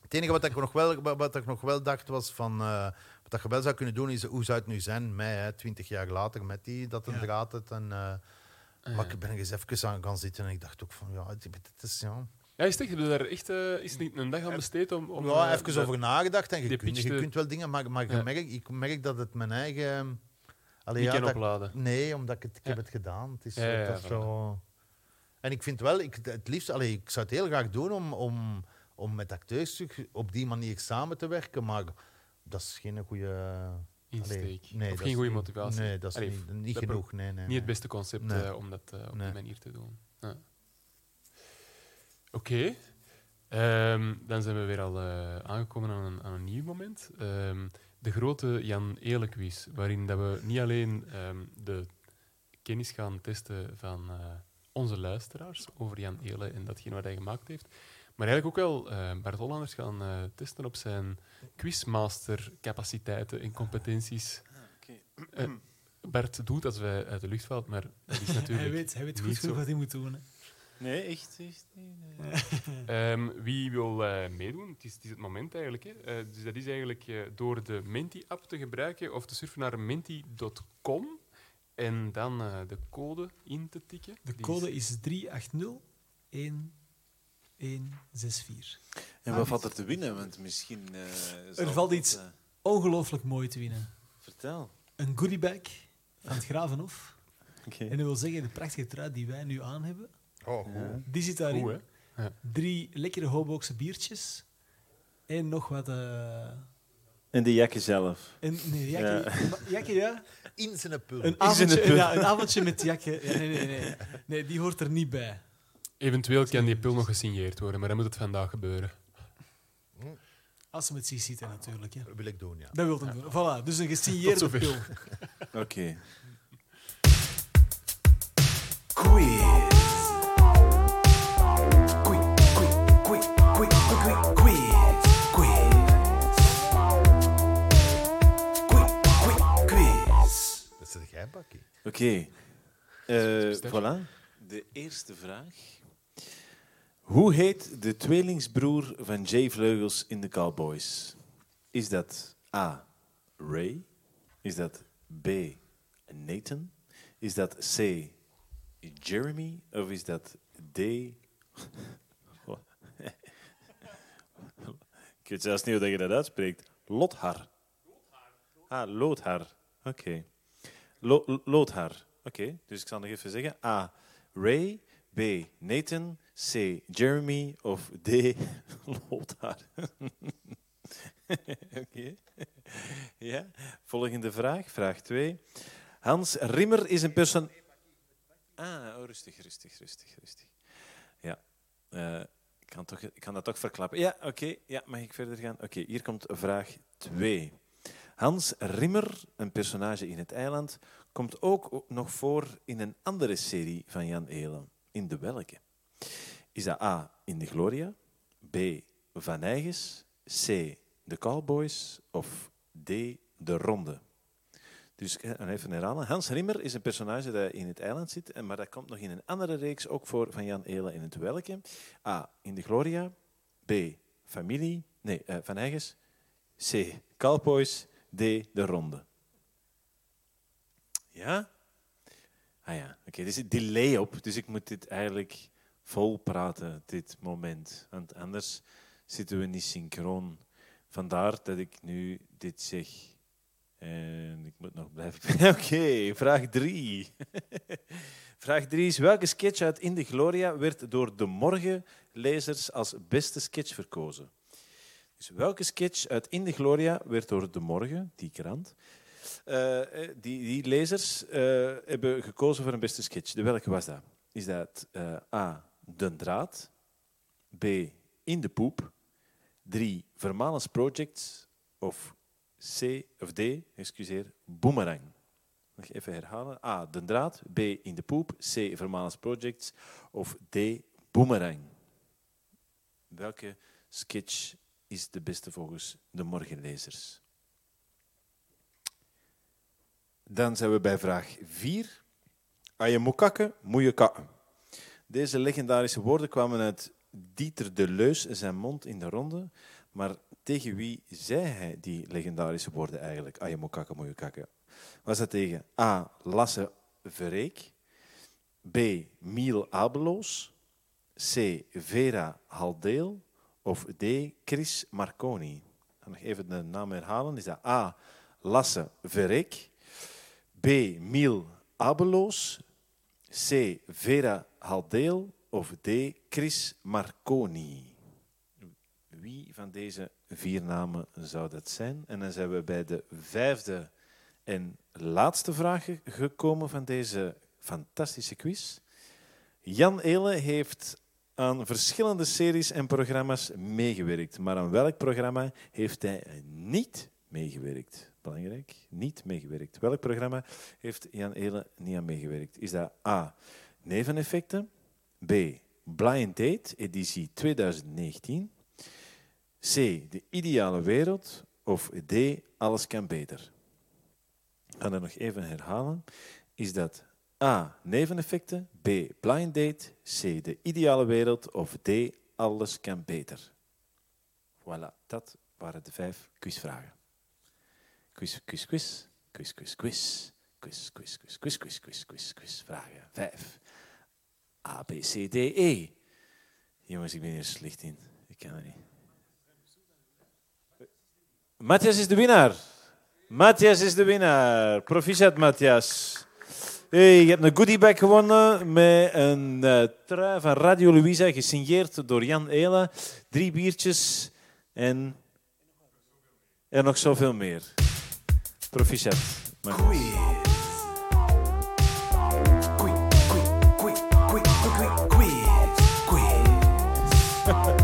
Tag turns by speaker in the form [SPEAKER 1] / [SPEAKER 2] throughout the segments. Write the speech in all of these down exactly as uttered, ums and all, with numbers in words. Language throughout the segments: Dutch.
[SPEAKER 1] Het enige wat ik nog wel, wat ik nog wel dacht was van... Uh, wat je wel zou kunnen doen, is hoe zou het nu zijn, mij, twintig jaar later, met die, dat een ja. draad het. En, uh, uh, maar ik ben er eens even aan gaan zitten en ik dacht ook van, ja, het is... Ja.
[SPEAKER 2] Ja, is het echt? Heb je daar echt uh, is niet een dag aan besteed om... om
[SPEAKER 1] ja,
[SPEAKER 2] uh,
[SPEAKER 1] even dat, over nagedacht. En je, kun, je
[SPEAKER 2] te...
[SPEAKER 1] kunt wel dingen, maar, maar ja. merk, ik merk dat het mijn eigen...
[SPEAKER 2] Allee, niet ja, kan opladen.
[SPEAKER 1] Nee, omdat ik het, ik ja. heb het gedaan. Het is
[SPEAKER 2] ja, ja,
[SPEAKER 1] zo, dat
[SPEAKER 2] ja,
[SPEAKER 1] zo... En ik vind wel, ik, het liefst... Allee, ik zou het heel graag doen om, om, om met acteurs op die manier samen te werken, maar dat is geen goede...
[SPEAKER 2] Insteek. Nee, of geen goede motivatie.
[SPEAKER 1] Nee, dat is Allee, niet, niet genoeg. Nee, nee,
[SPEAKER 2] niet het beste concept nee. uh, om dat uh, op nee. die manier te doen. Ja. Oké. Okay. Um, dan zijn we weer al uh, aangekomen aan een, aan een nieuw moment. Um, de grote Jan Eele quiz, waarin dat we niet alleen um, de kennis gaan testen van uh, onze luisteraars over Jan Eele en datgene wat hij gemaakt heeft, maar eigenlijk ook wel uh, Bart Hollanders gaan uh, testen op zijn quizmaster-capaciteiten en competenties.
[SPEAKER 3] Ah, okay.
[SPEAKER 2] uh, Bart doet als wij uit de lucht valt, maar dat is natuurlijk
[SPEAKER 4] hij weet, hij weet goed
[SPEAKER 2] zo.
[SPEAKER 4] Wat hij moet doen. Hè.
[SPEAKER 3] Nee, echt, echt niet. Nee.
[SPEAKER 2] um, wie wil uh, meedoen? Het is, het is het moment eigenlijk. Hè. Uh, dus dat is eigenlijk uh, door de Menti-app te gebruiken of te surfen naar menti punt com en dan uh, de code in te tikken.
[SPEAKER 4] De code is, is drie acht nul een een zes vier.
[SPEAKER 3] En wat valt er te winnen? Want misschien... Uh,
[SPEAKER 4] er valt
[SPEAKER 3] dat,
[SPEAKER 4] iets
[SPEAKER 3] uh...
[SPEAKER 4] ongelooflijk mooi te winnen.
[SPEAKER 3] Vertel.
[SPEAKER 4] Een goodiebag van het Gravenhof.
[SPEAKER 3] Okay.
[SPEAKER 4] En dat wil zeggen, de prachtige trui die wij nu aan hebben,
[SPEAKER 1] oh,
[SPEAKER 4] ja. die zit daarin.
[SPEAKER 2] Goed, hè? Ja.
[SPEAKER 4] Drie lekkere Hoboken biertjes en nog wat... Uh...
[SPEAKER 3] En de jakken zelf.
[SPEAKER 4] En, nee, jakken, ja. jakken, ja.
[SPEAKER 1] In zijn pul.
[SPEAKER 4] Een avondje, ja, een avondje met jakken. Ja, nee, nee, nee. nee, die hoort er niet bij.
[SPEAKER 2] Eventueel kan die pul nog gesigneerd worden, maar dan moet het vandaag gebeuren.
[SPEAKER 4] Als ze met zich zitten, natuurlijk. Ja.
[SPEAKER 1] Dat wil ik doen, ja.
[SPEAKER 4] Dat wil ik ja. doen. Voilà, dus een gesigneerde pil.
[SPEAKER 3] Oké. Okay.
[SPEAKER 5] Quiz. Quiz, quiz, quiz, quiz, quiz, quiz. Quiz, quiz, quiz.
[SPEAKER 1] Dat is een geinpakje.
[SPEAKER 3] Oké. Okay. Uh, voilà. De eerste vraag. Hoe heet de tweelingsbroer van Jay Vleugels in de Cowboys? Is dat A. Ray? Is dat B. Nathan? Is dat C. Jeremy? Of is dat D. Ik weet zelfs niet hoe je dat uitspreekt. Lothar. Ah, Lothar. Oké. Okay. Lo- Lothar. Oké, okay. Dus ik zal nog even zeggen. A. Ray. B. Nathan. C. Jeremy. Of D. Lothar. Oké. Okay. Ja. Volgende vraag. Vraag twee. Hans Rimmer is een persoon... Ah, oh, rustig, rustig, rustig, rustig. Ja. Uh, ik, kan toch, ik kan dat toch verklappen. Ja, oké. Okay. Ja, mag ik verder gaan? Oké, okay, hier komt vraag twee. Hans Rimmer, een personage in Het Eiland, komt ook nog voor in een andere serie van Jan Eele. In de welke? Is dat A. In de Gloria, B. Van Eyges, C. De Cowboys of D. De Ronde? Dus even herhalen. Hans Rimmer is een personage dat in Het Eiland zit, maar dat komt nog in een andere reeks ook voor van Jan Eele in het welke? A. In de Gloria, B. Familie, nee, uh, Van Eyges, C. Cowboys, D. De Ronde. Ja? Ah ja, oké. Okay. Er zit delay op, dus ik moet dit eigenlijk vol praten, dit moment. Want anders zitten we niet synchroon. Vandaar dat ik nu dit zeg. En ik moet nog blijven... Oké, okay, vraag drie. Vraag drie is, welke sketch uit In de Gloria werd door de Morgen-lezers als beste sketch verkozen? Dus welke sketch uit In de Gloria werd door de Morgen, die krant, uh, die, die lezers uh, hebben gekozen voor een beste sketch? De welke was dat? Is dat uh, A. De Draad, B. In de Poep, drie. Vermalens Projects of C of D, excuseer, Boomerang. Nog even herhalen. A. De Draad, B. In de Poep, C. Vermalens Projects of D. Boomerang. Welke sketch is de beste volgens de Morgenlezers? Dan zijn we bij vraag vier. Als je moet kakken, moet je kakken. Deze legendarische woorden kwamen uit Dieter Deleuze zijn mond in de ronde. Maar tegen wie zei hij die legendarische woorden eigenlijk? Ah, je moet kakken, moet je kakken. Was dat tegen A. Lasse Verreek, B. Miel Abeloos, C. Vera Haldeel of D. Chris Marconi? Ik ga nog even de naam herhalen. Is dat A. Lasse Verreek, B. Miel Abeloos, C. Vera Haldeel of D. Chris Marconi? Wie van deze vier namen zou dat zijn? En dan zijn we bij de vijfde en laatste vraag gekomen van deze fantastische quiz. Jan Eele heeft aan verschillende series en programma's meegewerkt. Maar aan welk programma heeft hij niet meegewerkt? Belangrijk, niet meegewerkt. Welk programma heeft Jan Eele niet aan meegewerkt? Is dat A. Neveneffecten, B. Blind Date, editie twintig negentien, C. De ideale wereld of D. Alles kan beter? Ik ga dat nog even herhalen. Is dat A. Neveneffecten, B. Blind Date, C. De ideale wereld of D. Alles kan beter? Voilà, dat waren de vijf quizvragen. Quiz, quiz, quiz, quiz, quiz, quiz, quiz, quiz, quiz, quiz, quiz, quiz, quiz, quiz, vragen. Vijf. A, B, C, D, E. Jongens, ik ben hier slecht in. Ik kan het niet. Matthias is de winnaar. Matthias is de winnaar. Proficiat, Matthias. Hey, je hebt een goodiebag gewonnen met een uh, trui van Radio Louisa, gesigneerd door Jan Eele. Drie biertjes en, en nog zoveel meer. Proficiat, Matthias.
[SPEAKER 5] Quiz. Quiz, quiz, quiz, quiz, quiz, quiz, quiz.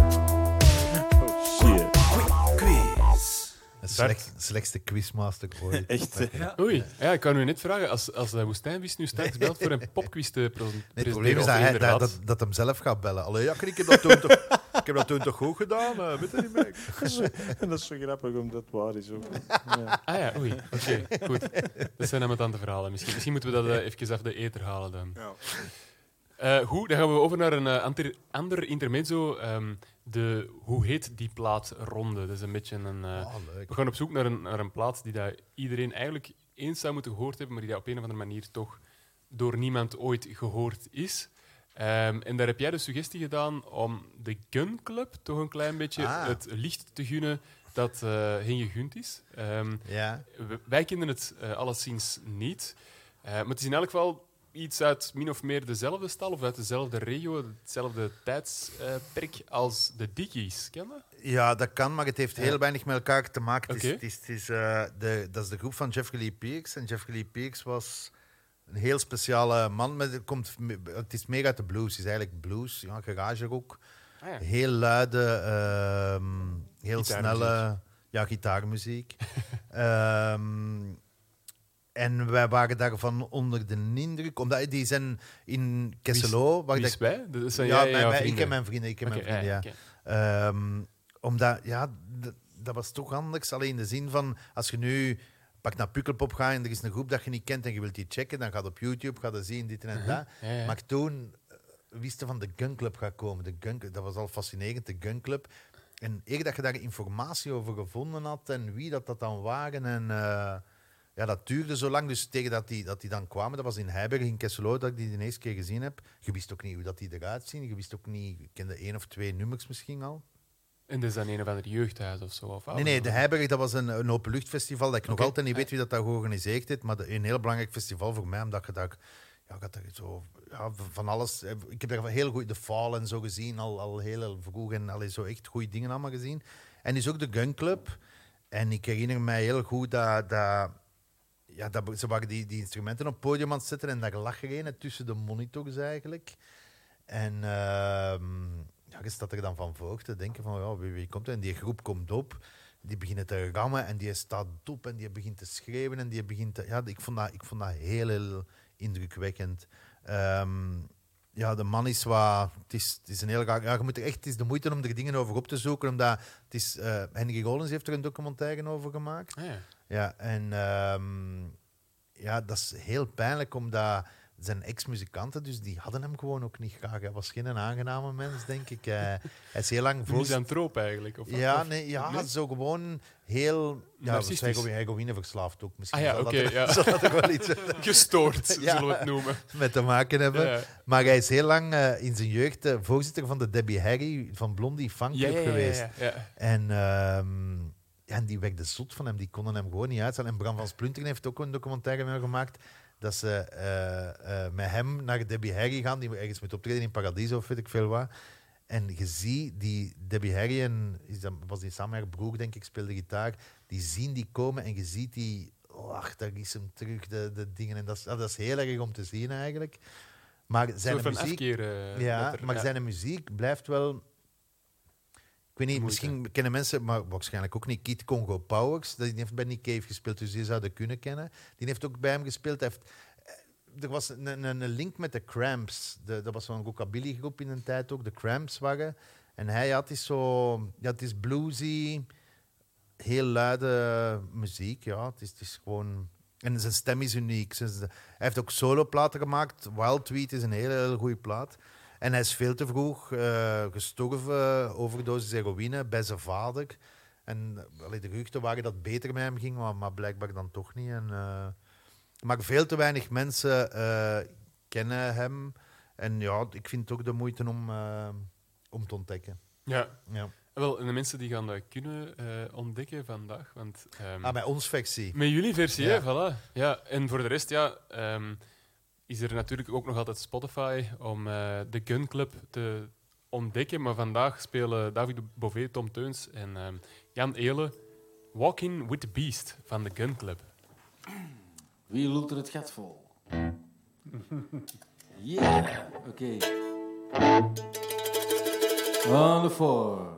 [SPEAKER 3] Oh, shit.
[SPEAKER 5] Quiz, quiz.
[SPEAKER 1] De slecht, slechtste quizmaster ooit.
[SPEAKER 3] Echt, hè?
[SPEAKER 4] Ja.
[SPEAKER 2] Oei, ja, ik kan u net vragen, als, als de Woestijnvis nu straks belt voor een popquiz te pro-
[SPEAKER 1] Nee,
[SPEAKER 2] presenteren...
[SPEAKER 1] het probleem is
[SPEAKER 2] of
[SPEAKER 1] dat, hij,
[SPEAKER 2] inderdaad-
[SPEAKER 1] dat, dat, dat hem zelf gaat bellen. Allee, ja, ik heb dat toen toch, ik heb dat toen toch goed gedaan? Uh, weet je niet meer?
[SPEAKER 3] Dat is zo grappig, omdat het waar is ook. Ja.
[SPEAKER 2] Ah ja, oei, oké, goed. Dat zijn dan de verhalen. Misschien, misschien moeten we dat uh, even af de ether halen dan.
[SPEAKER 3] Ja.
[SPEAKER 2] Uh, goed, dan gaan we over naar een uh, ander, ander intermezzo. Um, de, hoe heet die plaat ronde? Dat is een beetje een... Uh,
[SPEAKER 1] Oh, leuk.
[SPEAKER 2] we gaan op zoek naar een, naar een plaat die dat iedereen eigenlijk eens zou moeten gehoord hebben, maar die dat op een of andere manier toch door niemand ooit gehoord is. Um, en daar heb jij de suggestie gedaan om de Gun Club toch een klein beetje
[SPEAKER 1] Ah.
[SPEAKER 2] het licht te gunnen dat uh, hen gegund is. Um,
[SPEAKER 1] Ja.
[SPEAKER 2] w- wij kennen het uh, alleszins niet. Uh, maar het is in elk geval iets uit min of meer dezelfde stal of uit dezelfde regio, hetzelfde tijdsperk uh, als de Dickies. Ken je dat?
[SPEAKER 1] Ja, dat kan, maar het heeft heel
[SPEAKER 2] Ja.
[SPEAKER 1] weinig met elkaar te maken. Het is,
[SPEAKER 2] Oké.
[SPEAKER 1] het is, het is, uh, de, dat is de groep van Jeffrey Lee Pierce. En Jeffrey Lee Pierce was een heel speciale man. Met, het, komt, het is mega uit de blues. Het is eigenlijk blues, ja, garage rock.
[SPEAKER 2] Ah, ja.
[SPEAKER 1] Heel luide, ehm, heel
[SPEAKER 2] Gitaarmuziek.
[SPEAKER 1] snelle ja, gitaarmuziek. Ehm, en wij waren daarvan onder de indruk. Omdat die zijn in Kesselo. waar
[SPEAKER 2] Wie
[SPEAKER 1] dat-
[SPEAKER 2] is wij? Dat zijn
[SPEAKER 1] ja,
[SPEAKER 2] jij en
[SPEAKER 1] mijn-
[SPEAKER 2] jouw
[SPEAKER 1] mijn- ik
[SPEAKER 2] vrienden.
[SPEAKER 1] en mijn vrienden. Ik en
[SPEAKER 2] Oké,
[SPEAKER 1] mijn vrienden, ja.
[SPEAKER 2] oké.
[SPEAKER 1] Ehm, omdat, ja, d- dat was toch anders. Alleen in de zin van, als je nu pak naar Pukkelpop gaat en er is een groep dat je niet kent en je wilt die checken, dan gaat op YouTube, gaat je zien, dit en
[SPEAKER 2] Uh-huh.
[SPEAKER 1] dat.
[SPEAKER 2] Ja, ja.
[SPEAKER 1] Maar toen uh, wisten van de Gun Club gaat komen. De Gun, dat was al fascinerend, de Gun Club. En eer dat je daar informatie over gevonden had en wie dat, dat dan waren. En uh, ja, dat duurde zo lang. Dus tegen dat die, dat die dan kwamen, dat was in Heiberg, in Kesselo, dat ik die de eerste keer gezien heb. Je wist ook niet hoe dat die eruit zien. Je wist ook niet, je kende één of twee nummers misschien al.
[SPEAKER 2] En dat is dan een of ander jeugdhuis of zo? Of
[SPEAKER 1] Nee, nee, de Heiberg, dat was een, een openluchtfestival dat ik nog
[SPEAKER 2] Oké.
[SPEAKER 1] altijd niet weet wie dat, dat georganiseerd heeft, maar de- een heel belangrijk festival voor mij, omdat je daar, ja, ik had daar zo, ja, van alles... Ik heb daar heel goed de Fall en zo gezien, al, al heel vroeg, en allee, zo echt goede dingen allemaal gezien. En is ook de Gun Club. En ik herinner mij heel goed dat... dat ja, dat, ze waren die, die instrumenten op het podium aan het zetten en daar lag er een tussen de monitors eigenlijk. En... ehm, ja, je staat er dan van voor te denken van, ja, wie, wie komt er? En die groep komt op, die beginnen te rammen en die staat op en die begint te schreeuwen en die begint te... Ja, ik vond dat, ik vond dat heel, heel indrukwekkend. Ehm, ja, de man is wat... Het is, het is een heel raar... Ja, je moet er echt, het is de moeite om er dingen over op te zoeken, omdat het is... Uh, Henry Rollins heeft er een documentaire over gemaakt.
[SPEAKER 2] Ah, ja.
[SPEAKER 1] Ja, en... ehm, ja, dat is heel pijnlijk, omdat zijn ex-muzikanten, dus die hadden hem gewoon ook niet graag. Hij was geen aangename mens, denk ik. Hij, hij is heel lang voor...
[SPEAKER 2] Misantroop eigenlijk? Of,
[SPEAKER 1] Ja,
[SPEAKER 2] of-
[SPEAKER 1] nee, ja
[SPEAKER 2] nee?
[SPEAKER 1] zo gewoon heel... Ja,
[SPEAKER 2] Narcistisch.
[SPEAKER 1] heroïne, heroïne verslaafd ook. Misschien
[SPEAKER 2] Ah ja,
[SPEAKER 1] zal,
[SPEAKER 2] oké,
[SPEAKER 1] dat er,
[SPEAKER 2] ja.
[SPEAKER 1] zal dat er wel iets
[SPEAKER 2] Gestoord,
[SPEAKER 1] Ja.
[SPEAKER 2] zullen we het noemen.
[SPEAKER 1] mee te maken hebben.
[SPEAKER 2] Ja.
[SPEAKER 1] Maar hij is heel lang eh, in zijn jeugd eh, voorzitter van de Debbie Harry van Blondie Fanclub
[SPEAKER 2] Ja, ja, ja,
[SPEAKER 1] geweest.
[SPEAKER 2] ja, ja.
[SPEAKER 1] En, ehm, ja, en die werd zot van hem, die konden hem gewoon niet uitstaan. En Bram van Splunteren heeft ook een documentaire mee gemaakt dat ze eh, eh, met hem naar Debbie Harry gaan, die ergens moet optreden in Paradiso of weet ik veel wat. En je ziet die Debbie Harry en is dat, was die samen met haar broer, denk ik, speelde gitaar. Die zien die komen en je ziet die, oh, daar is hem terug, de, de dingen. En dat is, dat is heel erg om te zien eigenlijk. Maar
[SPEAKER 2] Een
[SPEAKER 1] zijn
[SPEAKER 2] soort van
[SPEAKER 1] muziek,
[SPEAKER 2] afkeren.
[SPEAKER 1] ja,
[SPEAKER 2] dat er-
[SPEAKER 1] maar
[SPEAKER 2] ja.
[SPEAKER 1] zijn muziek blijft wel. Ik weet niet,
[SPEAKER 2] Moeite.
[SPEAKER 1] misschien kennen mensen, maar waarschijnlijk ook niet, Kid Congo Powers. Die heeft bij Nick Cave gespeeld, dus die zouden kunnen kennen. Die heeft ook bij hem gespeeld. Hij heeft, eh, er was een, een, een link met de Cramps. De, dat was zo'n rockabilly groep in een tijd ook. De Cramps waren. En hij had is zo... Ja, het is bluesy, heel luide muziek. Ja, het is, het is gewoon... En zijn stem is uniek. Zijn- Hij heeft ook soloplaten gemaakt. Wild Tweet is een hele, hele goede plaat. En hij is veel te vroeg eh, gestorven, overdosis heroïne, bij zijn vader. En uh, allee, de geruchten waren dat het beter met hem ging, maar, maar blijkbaar dan toch niet. En, eh, maar veel te weinig mensen eh, kennen hem. En ja, ik vind het ook de moeite om, eh, om te ontdekken.
[SPEAKER 2] Ja.
[SPEAKER 1] Ja.
[SPEAKER 2] Wel, en de mensen die gaan dat kunnen eh, ontdekken vandaag. Want, ehm,
[SPEAKER 1] Ah, bij ons versie.
[SPEAKER 2] met jullie versie,
[SPEAKER 1] Ja.
[SPEAKER 2] hè, voilà. Ja, en voor de rest, ja, ehm, is er natuurlijk ook nog altijd Spotify om eh, de Gun Club te ontdekken. Maar vandaag spelen David Bové, Tom Teuns en ehm, Jan Eelen Walking with the Beast van de Gun Club.
[SPEAKER 6] Wie lult er het gat vol? Yeah, oké. On the four.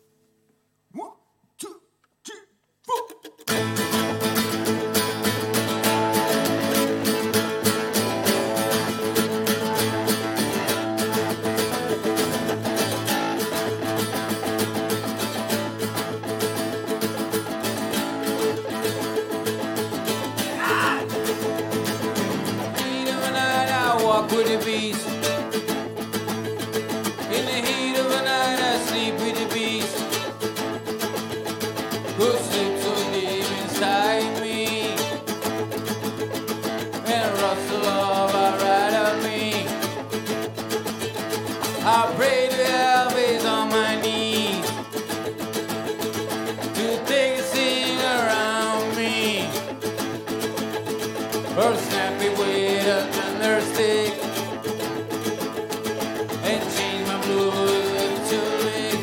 [SPEAKER 6] Heat of a night, I walk with the beast. In the heat of a night, I sleep with the beast. Who sleeps so deep inside me? And rustle of a ride on me. I pray to Elvis on my knees to take a sing around me. Or snap it with a thunder stick and change my blues to lick.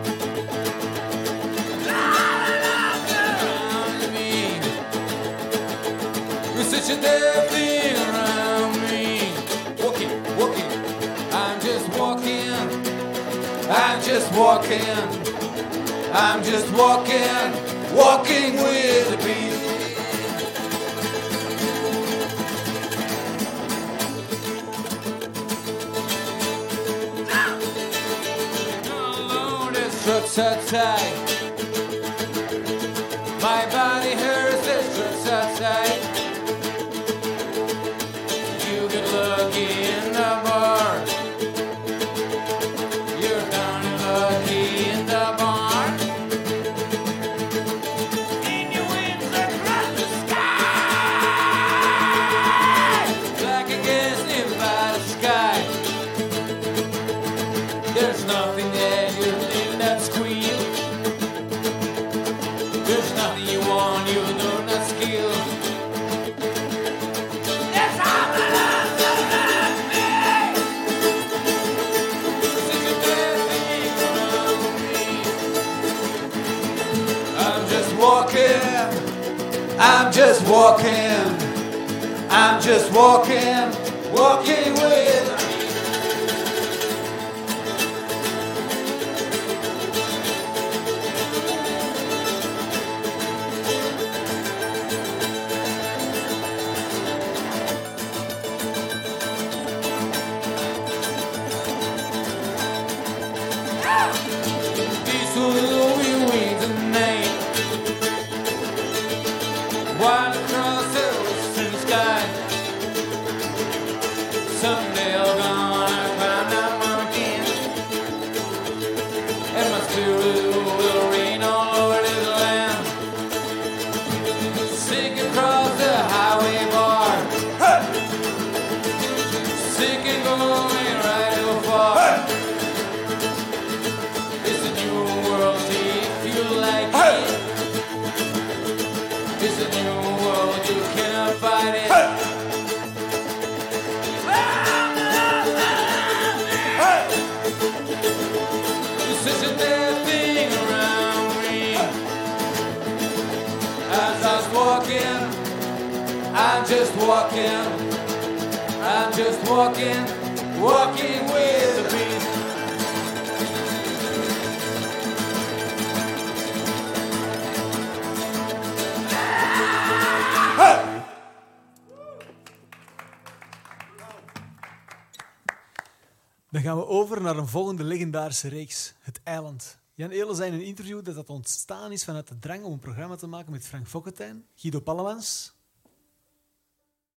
[SPEAKER 6] Around me, you're such a dead thing around me. Walking, walking, I'm just walking. I'm just walking. I'm just walking, walking with the beast. Alone, the struts are tight. My body hurts, the struts are tight. You get lucky in the bar. You're down and lucky in the bar. And your wings across the sky. Like a gas in by the sky. There's nothing that you live not squeal. There's nothing you want you do not skill. That's all that I love me. Such a bad thing around me. I'm just walking. I'm just walking. I'm just walking. Walking with. These will be wings tonight. While across the western sky, I'm just walking, I'm just walking, walking with the beat.
[SPEAKER 4] Dan gaan we over naar een volgende legendarische reeks, Het Eiland. Jan Eelen zei in een interview dat dat ontstaan is vanuit de drang om een programma te maken met Frank Focketijn, Guido Pallemans